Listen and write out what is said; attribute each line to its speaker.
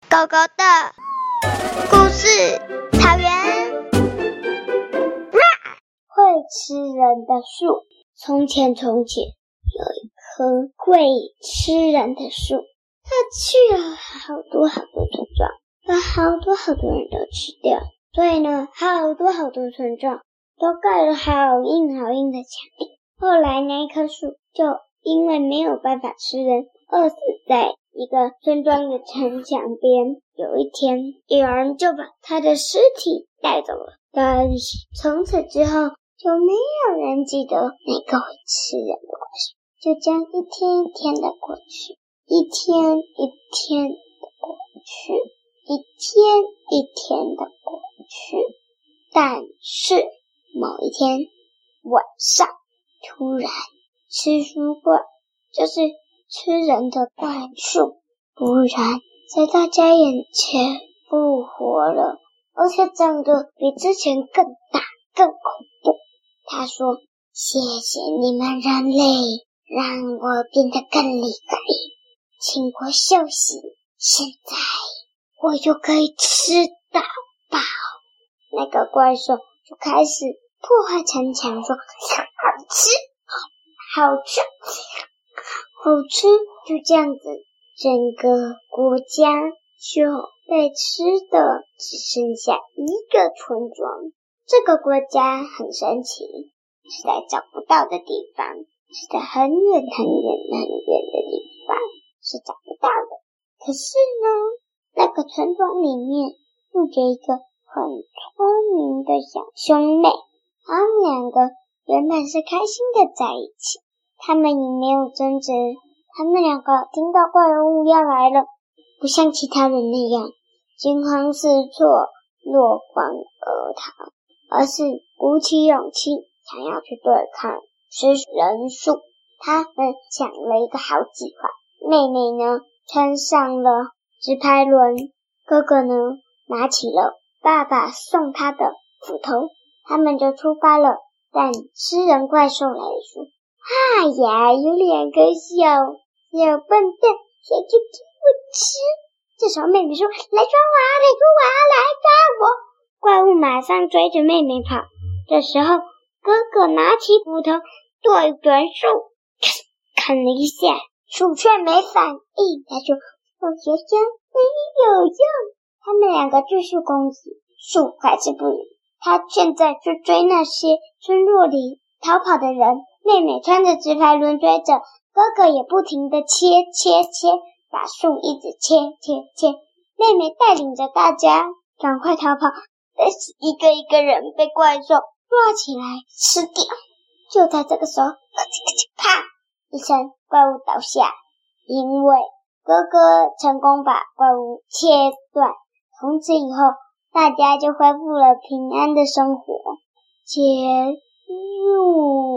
Speaker 1: 狗狗的故事草原。会吃人的树。从前有一棵会吃人的树，它去了好多村庄，把好多人都吃掉，所以呢，好多村庄都盖了好硬的墙壁。后来那一棵树就因为没有办法吃人，饿死在一个村庄的城墙边。有一天，有人就把他的尸体带走了，但是从此之后就没有人记得那个会吃人的故事。就这样一天一天的过去，一天一天的过去，一天一天的过去。但是某一天晚上，突然吃书怪，就是吃人的怪兽，突然在大家眼前复活了，而且长得比之前更大更恐怖。他说：谢谢你们人类，让我变得更厉害，请我休息，现在我就可以吃到饱。那个怪兽就开始破坏城墙，说好吃好吃好吃。就这样子，整个国家就被吃的只剩下一个村庄。这个国家很神奇，是在找不到的地方，是在很远的地方，是找不到的。可是呢，那个村庄里面住着一个很聪明的小兄妹，他们两个原本是开心的在一起，他们也没有争执。他们两个听到怪物要来了，不像其他人那样惊慌失措落荒而逃，而是鼓起勇气想要去对抗吃人树。他们想了一个好计划。妹妹呢，穿上了直排轮，哥哥呢，拿起了爸爸送他的斧头，他们就出发了。但吃人怪兽来说，哎呀，有两个小笨蛋想去替我吃。这时候妹妹说，来抓我。怪物马上追着妹妹跑。这时候哥哥拿起斧头对准树砍了一下，树却没反应。他说，我觉得没有用。他们两个继续攻击，树还是不理。他现在去追那些村落里逃跑的人，妹妹穿着直排轮追着，哥哥也不停地切，把树一直切。妹妹带领着大家赶快逃跑，但是一个人被怪兽抓起来吃掉。就在这个时候，啪一声，怪物倒下，因为哥哥成功把怪物切断。从此以后，大家就恢复了平安的生活。结束。